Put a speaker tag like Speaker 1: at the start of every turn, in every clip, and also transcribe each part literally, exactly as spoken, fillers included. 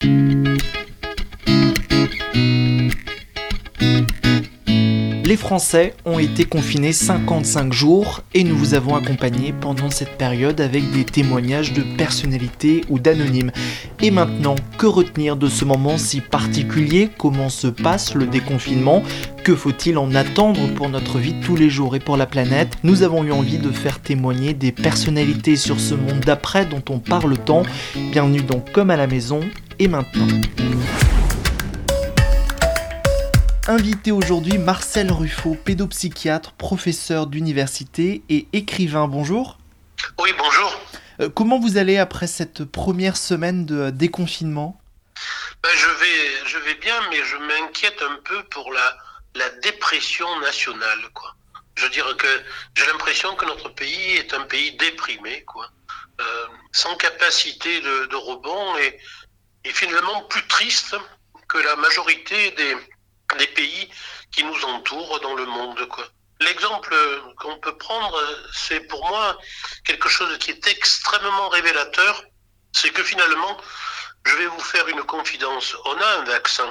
Speaker 1: Les Français ont été confinés cinquante-cinq jours et nous vous avons accompagnés pendant cette période avec des témoignages de personnalités ou d'anonymes. Et maintenant, que retenir de ce moment si particulier ? Comment se passe le déconfinement ? Que faut-il en attendre pour notre vie de tous les jours et pour la planète ? Nous avons eu envie de faire témoigner des personnalités sur ce monde d'après dont on parle tant. Bienvenue dans Comme à la maison et maintenant. Invité aujourd'hui, Marcel Ruffo, pédopsychiatre, professeur d'université et écrivain. Bonjour.
Speaker 2: Oui, bonjour.
Speaker 1: Euh, comment vous allez après cette première semaine de déconfinement ?
Speaker 2: ben, je vais, je vais bien, mais je m'inquiète un peu pour la, la dépression nationale, quoi. Je veux dire que j'ai l'impression que notre pays est un pays déprimé, quoi, euh, sans capacité de, de rebond et, et finalement plus triste que la majorité des des pays qui nous entourent dans le monde, quoi. L'exemple qu'on peut prendre, c'est pour moi quelque chose qui est extrêmement révélateur, c'est que finalement, je vais vous faire une confidence. On a un vaccin.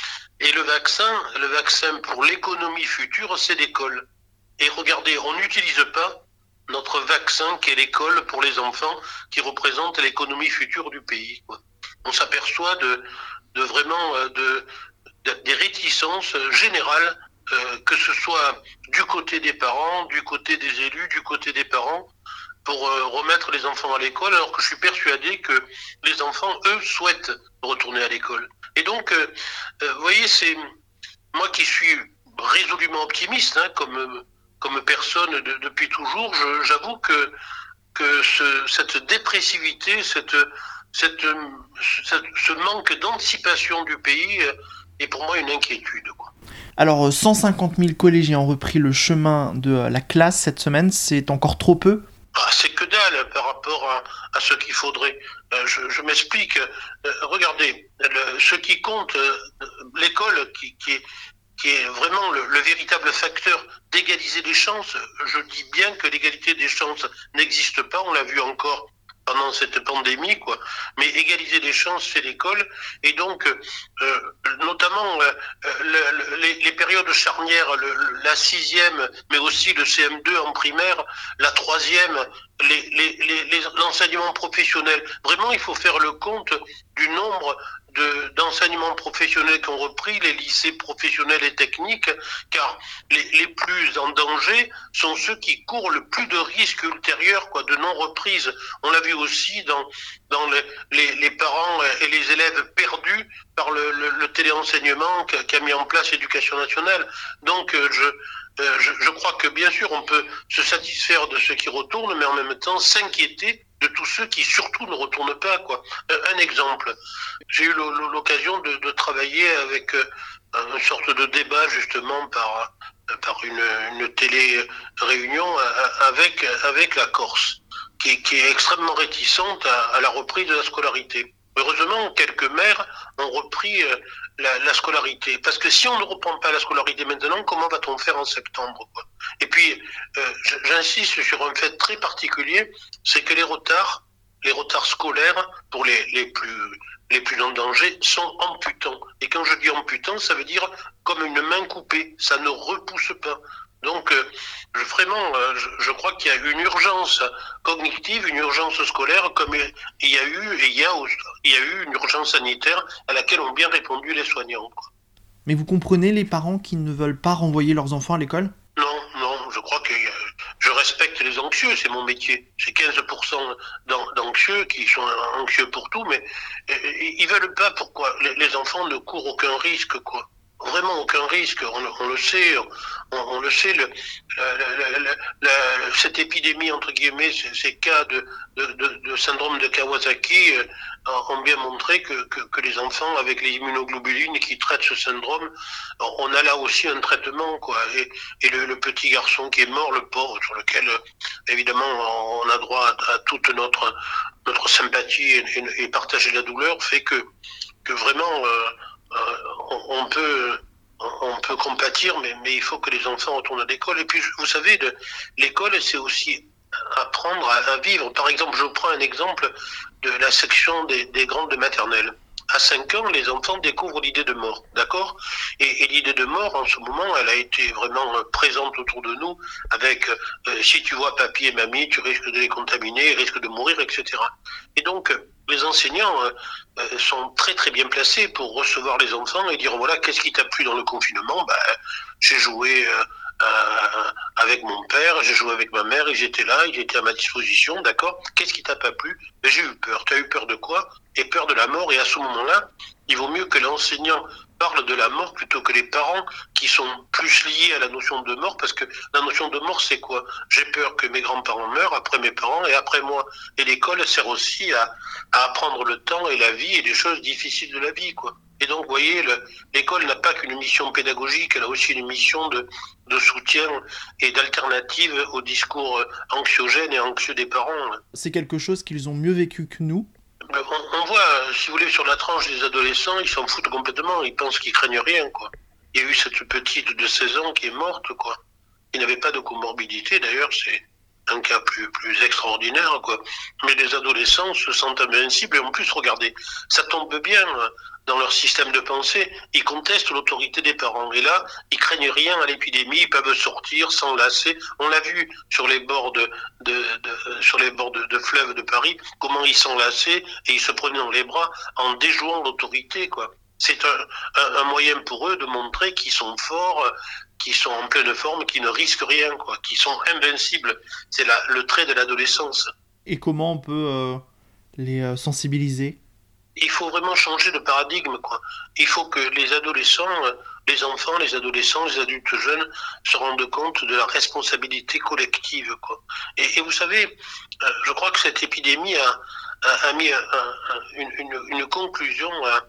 Speaker 2: Et le vaccin, le vaccin pour l'économie future, c'est l'école. Et regardez, on n'utilise pas notre vaccin qui est l'école pour les enfants qui représente l'économie future du pays, quoi. On s'aperçoit de, de vraiment de des réticences générales, euh, que ce soit du côté des parents, du côté des élus, du côté des parents, pour euh, remettre les enfants à l'école, alors que je suis persuadé que les enfants, eux, souhaitent retourner à l'école. Et donc, euh, euh, vous voyez, c'est moi qui suis résolument optimiste, hein, comme comme personne de, depuis toujours, je, j'avoue que que ce, cette dépressivité, cette, cette, cette ce manque d'anticipation du pays est pour moi une inquiétude, quoi.
Speaker 1: Alors, cent cinquante mille collégiens ont repris le chemin de la classe cette semaine, c'est encore trop peu ?
Speaker 2: Ah, c'est que dalle par rapport à, à ce qu'il faudrait. Euh, je, je m'explique. Euh, regardez, le, ce qui compte, euh, l'école qui, qui, est, qui est vraiment le, le véritable facteur d'égaliser les chances. Je dis bien que l'égalité des chances n'existe pas, on l'a vu encore pendant cette pandémie, quoi. Mais égaliser les chances, c'est l'école. Et donc, euh, notamment, euh, le, les, les périodes charnières, le, la sixième, mais aussi le C M deux en primaire, la troisième, les, les, les, les, l'enseignement professionnel. Vraiment, il faut faire le compte du nombre de, d'enseignements professionnels qui ont repris, les lycées professionnels et techniques, car les, les plus en danger sont ceux qui courent le plus de risques ultérieurs, quoi, de non-reprise. On l'a vu aussi dans, dans les, les, les parents et les élèves perdus par le, le, le téléenseignement qu'a mis en place l'Éducation nationale. Donc, je, je, je crois que bien sûr, on peut se satisfaire de ceux qui retournent, mais en même temps s'inquiéter de tous ceux qui surtout ne retournent pas, quoi. Un exemple, j'ai eu l'occasion de, de travailler avec une sorte de débat justement par par une, une télé-réunion avec avec la Corse, qui, qui est extrêmement réticente à, à la reprise de la scolarité. Heureusement, quelques maires ont repris la, la scolarité. Parce que si on ne reprend pas la scolarité maintenant, comment va-t-on faire en septembre, quoi ? Et puis, euh, j'insiste sur un fait très particulier, c'est que les retards, les retards scolaires, pour les, les plus les plus en danger, sont amputants. Et quand je dis amputant, ça veut dire comme une main coupée, ça ne repousse pas. Donc, euh, je, vraiment, euh, je, je crois qu'il y a une urgence cognitive, une urgence scolaire, comme il y a eu, et il y a, il y a eu une urgence sanitaire à laquelle ont bien répondu les soignants, quoi.
Speaker 1: Mais vous comprenez les parents qui ne veulent pas renvoyer leurs enfants à l'école ?
Speaker 2: Non, non, je crois que je respecte les anxieux, c'est mon métier. J'ai quinze pour cent d'anxieux qui sont anxieux pour tout, mais ils veulent pas. Pourquoi ? Les enfants ne courent aucun risque, quoi. Vraiment aucun risque, on, on le sait, on, on le sait, le, la, la, la, la, cette épidémie, entre guillemets, ces, ces cas de, de, de, de syndrome de Kawasaki euh, ont bien montré que, que, que les enfants avec les immunoglobulines qui traitent ce syndrome, on a là aussi un traitement, quoi. Et, et le, le petit garçon qui est mort, le pauvre, sur lequel, évidemment, on a droit à, à toute notre, notre sympathie et, et, et partager la douleur, fait que, que vraiment... Euh, Euh, on, on peut on peut compatir, mais, mais il faut que les enfants retournent à l'école. Et puis, vous savez, de, l'école, c'est aussi apprendre à, à vivre. Par exemple, je prends un exemple de la section des, des grandes maternelles. à cinq ans, les enfants découvrent l'idée de mort, d'accord ? et, et l'idée de mort, en ce moment, elle a été vraiment présente autour de nous, avec euh, si tu vois papy et mamie, tu risques de les contaminer, ils risquent de mourir, et cetera. Et donc, les enseignants euh, sont très très bien placés pour recevoir les enfants et dire voilà, qu'est-ce qui t'a plu dans le confinement ? Ben, j'ai joué euh, euh, avec mon père, j'ai joué avec ma mère, ils étaient là, ils étaient à ma disposition, d'accord ? Qu'est-ce qui t'a pas plu ? Ben, j'ai eu peur. Tu as eu peur de quoi ? Et peur de la mort. Et à ce moment-là, il vaut mieux que l'enseignant parle de la mort plutôt que les parents qui sont plus liés à la notion de mort, parce que la notion de mort, c'est quoi ? J'ai peur que mes grands-parents meurent, après mes parents et après moi. Et l'école sert aussi à, à apprendre le temps et la vie et les choses difficiles de la vie, quoi. Et donc, vous voyez, le, l'école n'a pas qu'une mission pédagogique, elle a aussi une mission de, de soutien et d'alternative au discours anxiogène et anxieux des parents.
Speaker 1: C'est quelque chose qu'ils ont mieux vécu que nous ?
Speaker 2: On, on voit, si vous voulez, sur la tranche des adolescents, ils s'en foutent complètement, ils pensent qu'ils craignent rien, quoi. Il y a eu cette petite de seize ans qui est morte, quoi. Qui n'avait pas de comorbidité, d'ailleurs, c'est un cas plus, plus extraordinaire, quoi. Mais les adolescents se sentent invincibles, et en plus, regardez, ça tombe bien dans leur système de pensée, ils contestent l'autorité des parents. Et là, ils craignent rien à l'épidémie, ils peuvent sortir, s'enlacer. On l'a vu sur les bords de, de, de sur les bords de, de fleuves de Paris, comment ils s'enlaçaient et ils se prenaient dans les bras en déjouant l'autorité, quoi. C'est un, un, un moyen pour eux de montrer qu'ils sont forts, qu'ils sont en pleine forme, qu'ils ne risquent rien, quoi, qu'ils sont invincibles. C'est la, le trait de l'adolescence.
Speaker 1: Et comment on peut euh, les euh, sensibiliser ?
Speaker 2: Il faut vraiment changer de paradigme, quoi. Il faut que les adolescents, les enfants, les adolescents, les adultes jeunes se rendent compte de la responsabilité collective, quoi. Et, et vous savez, je crois que cette épidémie a, a, a mis un, un, une, une, une conclusion à,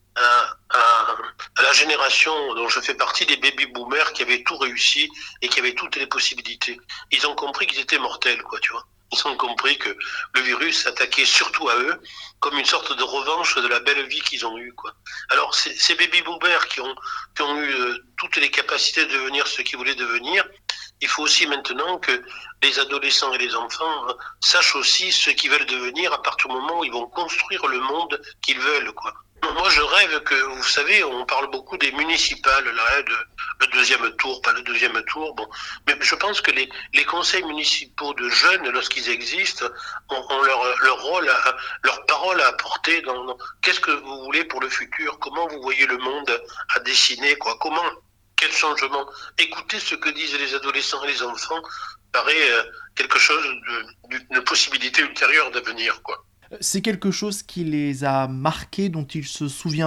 Speaker 2: à, à, à la génération dont je fais partie, des baby-boomers qui avaient tout réussi et qui avaient toutes les possibilités. Ils ont compris qu'ils étaient mortels, quoi, tu vois. Ils ont compris que le virus s'attaquait surtout à eux, comme une sorte de revanche de la belle vie qu'ils ont eue, quoi. Alors, ces, ces baby-boomers qui ont, qui ont eu euh, toutes les capacités de devenir ce qu'ils voulaient devenir, il faut aussi maintenant que les adolescents et les enfants euh, sachent aussi ce qu'ils veulent devenir à partir du moment où ils vont construire le monde qu'ils veulent, quoi. Moi, je rêve que, vous savez, on parle beaucoup des municipales, là, de, le deuxième tour, pas le deuxième tour, bon. Mais je pense que les, les conseils municipaux de jeunes, lorsqu'ils existent, ont, ont leur, leur rôle, à, leur parole à apporter dans, dans qu'est-ce que vous voulez pour le futur, comment vous voyez le monde à dessiner, quoi, comment, quel changement. Écoutez ce que disent les adolescents et les enfants, paraît euh, quelque chose de, d'une possibilité ultérieure d'avenir, quoi.
Speaker 1: C'est quelque chose qui les a marqués, dont ils se souviendront ?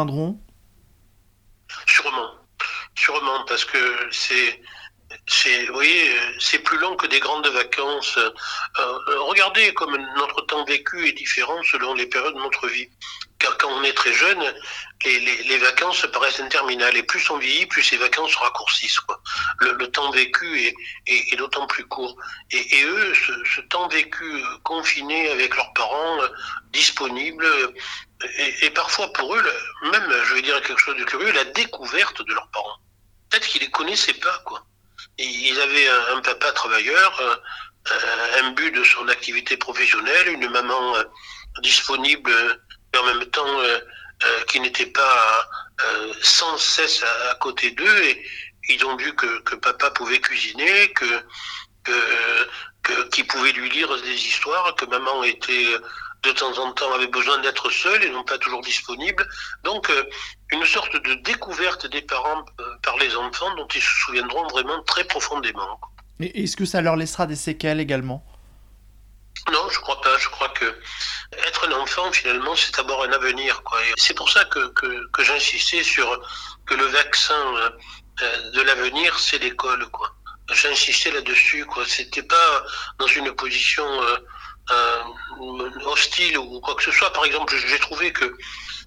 Speaker 2: Sûrement, sûrement, parce que c'est, c'est, vous voyez, c'est plus long que des grandes vacances. Euh, regardez comme notre temps vécu est différent selon les périodes de notre vie. Car quand on est très jeune, les, les, les vacances paraissent interminables. Et plus on vieillit, plus ces vacances se raccourcissent, quoi. Le, le temps vécu est, est, est d'autant plus court. Et, et eux, ce, ce temps vécu confiné avec leurs parents, euh, disponibles, et, et parfois pour eux, même, je vais dire quelque chose de curieux, la découverte de leurs parents. Peut-être qu'ils les connaissaient pas, quoi. Et ils avaient un, un papa travailleur, euh, un but de son activité professionnelle, une maman euh, disponible, mais en même temps euh, euh, qui n'était pas euh, sans cesse à, à côté d'eux, et ils ont vu que, que papa pouvait cuisiner, que, que, que qu'il pouvait lui lire des histoires, que maman était de temps en temps avait besoin d'être seule et non pas toujours disponible. Donc euh, une sorte de découverte des parents euh, par les enfants dont ils se souviendront vraiment très profondément.
Speaker 1: Et est-ce que ça leur laissera des séquelles également ?
Speaker 2: Non, je crois pas. Je crois que être un enfant, finalement, c'est d'abord un avenir, quoi. Et c'est pour ça que, que, que j'insistais sur que le vaccin euh, de l'avenir, c'est l'école, quoi. J'insistais là-dessus, quoi. C'était pas dans une position euh, euh, hostile ou quoi que ce soit. Par exemple, j'ai trouvé que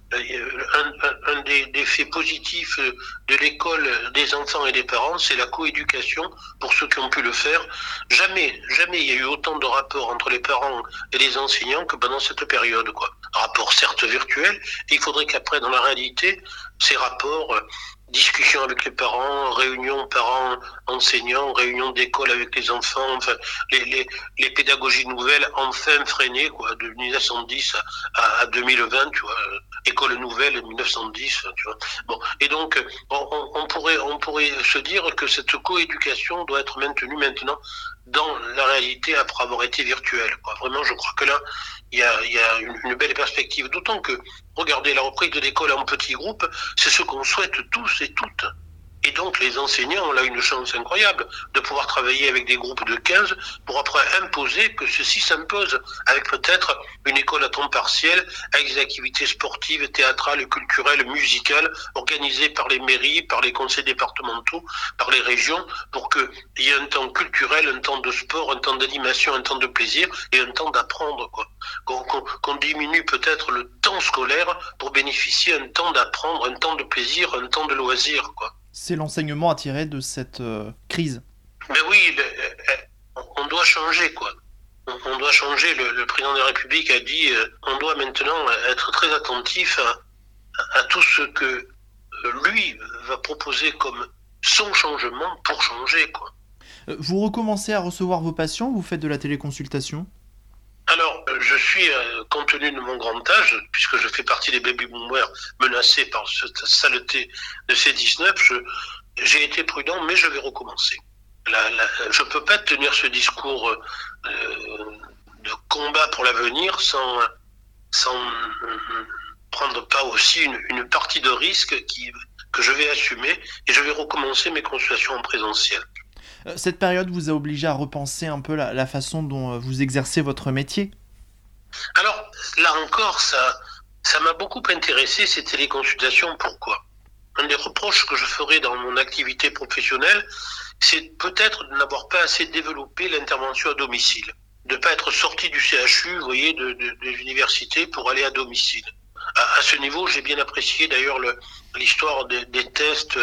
Speaker 2: Un, un, un des, des faits positifs de l'école des enfants et des parents, c'est la coéducation pour ceux qui ont pu le faire. Jamais, jamais il y a eu autant de rapports entre les parents et les enseignants que pendant cette période, quoi. Rapports certes virtuels, et il faudrait qu'après, dans la réalité, ces rapports discussions avec les parents, réunions parents-enseignants, réunions d'école avec les enfants, enfin, les, les, les pédagogies nouvelles enfin freinées, quoi, de mille neuf cent dix à, à deux mille vingt, tu vois, école nouvelle mille neuf cent dix, tu vois. Bon, et donc, on, on, pourrait, on pourrait se dire que cette coéducation doit être maintenue maintenant dans la réalité après avoir été virtuelle, quoi. Vraiment, je crois que là, il y a, il y a une, une belle perspective. D'autant que, regardez, la reprise de l'école en petits groupes, c'est ce qu'on souhaite tous et toutes. Et donc, les enseignants ont là une chance incroyable de pouvoir travailler avec des groupes de quinze pour après imposer que ceci s'impose avec peut-être une école à temps partiel, avec des activités sportives, théâtrales, culturelles, musicales, organisées par les mairies, par les conseils départementaux, par les régions, pour qu'il y ait un temps culturel, un temps de sport, un temps d'animation, un temps de plaisir et un temps d'apprendre, quoi. Qu'on, qu'on, qu'on diminue peut-être le temps scolaire pour bénéficier d'un temps d'apprendre, un temps de plaisir, un temps de loisir, quoi.
Speaker 1: C'est l'enseignement à tirer de cette euh, crise.
Speaker 2: Ben oui, le, le, on doit changer, quoi. On, on doit changer. Le, le président de la République a dit euh, on doit maintenant être très attentif à, à tout ce que euh, lui va proposer comme son changement pour changer, quoi.
Speaker 1: Vous recommencez à recevoir vos patients ou vous faites de la téléconsultation ?
Speaker 2: Alors, je suis, euh, compte tenu de mon grand âge, puisque je fais partie des baby-boomers menacés par cette saleté de C dix-neuf, je, j'ai été prudent, mais je vais recommencer. La, la, je ne peux pas tenir ce discours euh, de combat pour l'avenir sans, sans euh, prendre pas aussi une, une partie de risque qui, que je vais assumer, et je vais recommencer mes consultations en présentiel.
Speaker 1: Cette période vous a obligé à repenser un peu la, la façon dont vous exercez votre métier ?
Speaker 2: Alors, là encore, ça, ça m'a beaucoup intéressé, ces téléconsultations. Pourquoi ? Un des reproches que je ferai dans mon activité professionnelle, c'est peut-être de n'avoir pas assez développé l'intervention à domicile, de ne pas être sorti du C H U, vous voyez, de, de, des universités pour aller à domicile. À, à ce niveau, j'ai bien apprécié d'ailleurs le, l'histoire des, des tests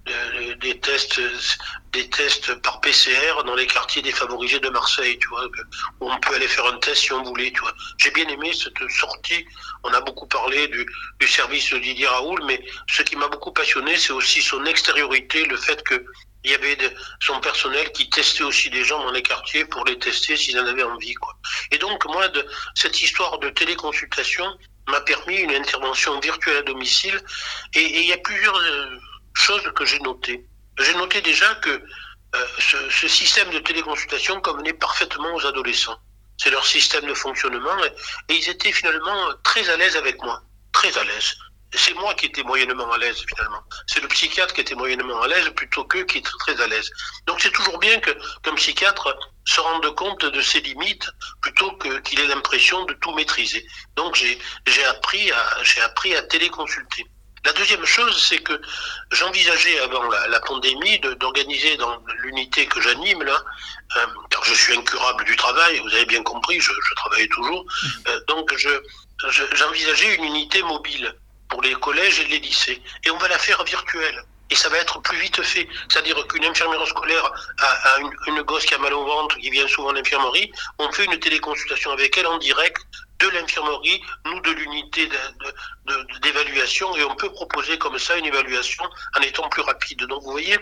Speaker 2: des tests des tests par P C R dans les quartiers défavorisés de Marseille, tu vois, où on peut aller faire un test si on voulait, tu vois. J'ai bien aimé cette sortie. On a beaucoup parlé du, du service de Didier Raoult, mais ce qui m'a beaucoup passionné, c'est aussi son extériorité, le fait que il y avait de, son personnel qui testait aussi des gens dans les quartiers pour les tester s'ils en avaient envie, quoi. Et donc, moi, de, cette histoire de téléconsultation m'a permis une intervention virtuelle à domicile, et, et il y a plusieurs euh, chose que j'ai notée. J'ai noté déjà que euh, ce, ce système de téléconsultation convenait parfaitement aux adolescents. C'est leur système de fonctionnement et, et ils étaient finalement très à l'aise avec moi. Très à l'aise. C'est moi qui étais moyennement à l'aise finalement. C'est le psychiatre qui était moyennement à l'aise plutôt qu'eux qui étaient très à l'aise. Donc c'est toujours bien que, qu'un psychiatre se rende compte de ses limites plutôt que, qu'il ait l'impression de tout maîtriser. Donc j'ai, j'ai appris à, j'ai appris à téléconsulter. La deuxième chose, c'est que j'envisageais avant la, la pandémie de, d'organiser dans l'unité que j'anime là, euh, car je suis incurable du travail, vous avez bien compris, je, je travaille toujours, euh, donc je, je, j'envisageais une unité mobile pour les collèges et les lycées, et on va la faire virtuelle. Et ça va être plus vite fait. C'est-à-dire qu'une infirmière scolaire a, a une, une gosse qui a mal au ventre, qui vient souvent à l'infirmerie, on fait une téléconsultation avec elle en direct de l'infirmerie, nous de l'unité de, de, de, d'évaluation, et on peut proposer comme ça une évaluation en étant plus rapide. Donc vous voyez,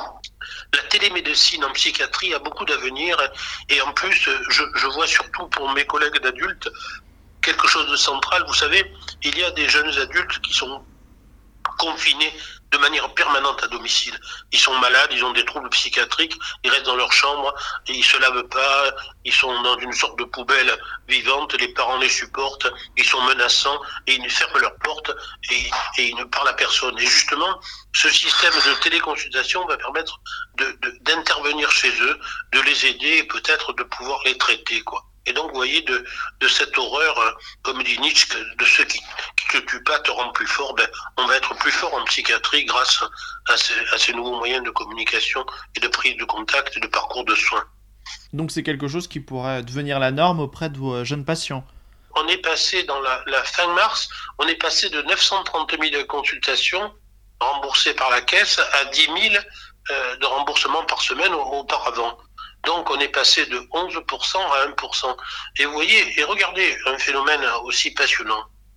Speaker 2: la télémédecine en psychiatrie a beaucoup d'avenir, et en plus, je, je vois surtout pour mes collègues d'adultes quelque chose de central. Vous savez, il y a des jeunes adultes qui sont confinés de manière permanente à domicile. Ils sont malades, ils ont des troubles psychiatriques, ils restent dans leur chambre, et ils se lavent pas, ils sont dans une sorte de poubelle vivante, les parents les supportent, ils sont menaçants, et ils ferment leurs portes, et, et ils ne parlent à personne. Et justement, ce système de téléconsultation va permettre de, de, d'intervenir chez eux, de les aider, et peut-être de pouvoir les traiter, quoi. Et donc, vous voyez, de, de cette horreur, comme dit Nietzsche, de ceux qui ne te tuent pas te rendent plus fort, ben, on va être plus fort en psychiatrie grâce à ces, à ces nouveaux moyens de communication et de prise de contact et de parcours de soins.
Speaker 1: Donc c'est quelque chose qui pourrait devenir la norme auprès de vos jeunes patients.
Speaker 2: On est passé, dans la, la fin mars, on est passé de neuf cent trente mille consultations remboursées par la caisse à dix mille euh, de remboursements par semaine auparavant. Donc on est passé de onze pour cent à un pour cent. Et vous voyez, et regardez un phénomène aussi passionnant.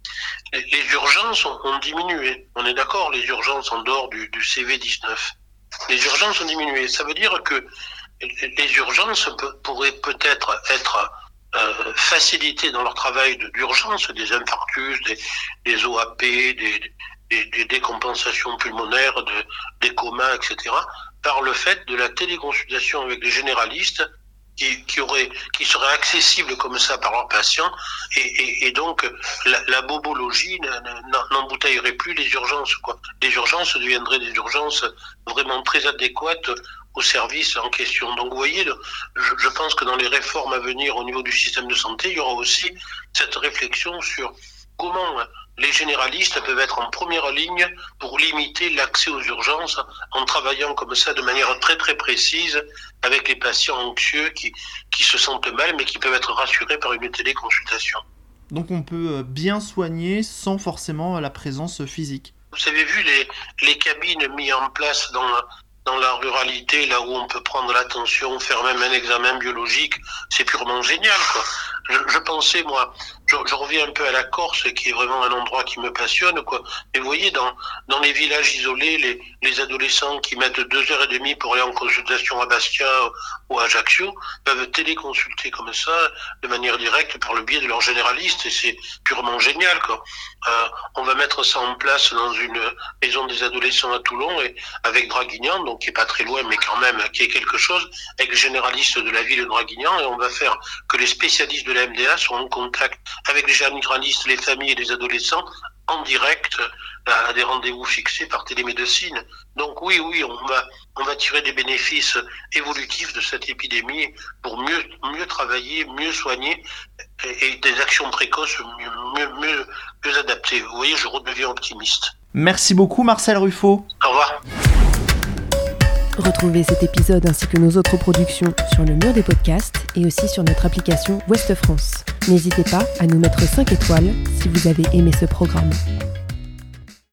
Speaker 2: les, les urgences ont, ont diminué. On est d'accord, les urgences en dehors du, du C V dix-neuf. Les urgences ont diminué. Ça veut dire que les urgences peut, pourraient peut-être être euh, facilitées dans leur travail de, d'urgence, des infarctus, des, des O A P, des, des, des décompensations pulmonaires, de, des comas, et cetera, par le fait de la téléconsultation avec les généralistes qui, qui, auraient, qui seraient accessibles comme ça par leurs patients, et, et, et donc la, la bobologie n'embouteillerait plus les urgences, quoi. Les urgences deviendraient des urgences vraiment très adéquates au service en question. Donc vous voyez, je, je pense que dans les réformes à venir au niveau du système de santé, il y aura aussi cette réflexion sur comment les généralistes peuvent être en première ligne pour limiter l'accès aux urgences en travaillant comme ça de manière très très précise avec les patients anxieux qui, qui se sentent mal mais qui peuvent être rassurés par une téléconsultation.
Speaker 1: Donc on peut bien soigner sans forcément la présence physique.
Speaker 2: Vous avez vu les, les cabines mises en place dans la, dans la ruralité, là où on peut prendre la tension, faire même un examen biologique, c'est purement génial, quoi. Je, je pensais, moi, je, je reviens un peu à la Corse, qui est vraiment un endroit qui me passionne, quoi. Et vous voyez, dans, dans les villages isolés, les, les adolescents qui mettent deux heures et demie pour aller en consultation à Bastia ou à Ajaccio peuvent téléconsulter comme ça, de manière directe, par le biais de leur généraliste, et c'est purement génial, quoi. Euh, on va mettre ça en place dans une maison des adolescents à Toulon, et avec Draguignan, donc qui est pas très loin, mais quand même qui est quelque chose, avec le généraliste de la ville de Draguignan, et on va faire que les spécialistes de la M D A sont en contact avec les généralistes, les familles et les adolescents en direct à des rendez-vous fixés par télémédecine. Donc oui, oui, on va, on va tirer des bénéfices évolutifs de cette épidémie pour mieux, mieux travailler, mieux soigner et, et des actions précoces mieux, mieux, mieux, mieux adaptées. Vous voyez, je redeviens optimiste.
Speaker 1: Merci beaucoup Marcel Ruffo.
Speaker 2: Au revoir.
Speaker 3: Retrouvez cet épisode ainsi que nos autres productions sur le mur des podcasts et aussi sur notre application Ouest France. N'hésitez pas à nous mettre cinq étoiles si vous avez aimé ce programme.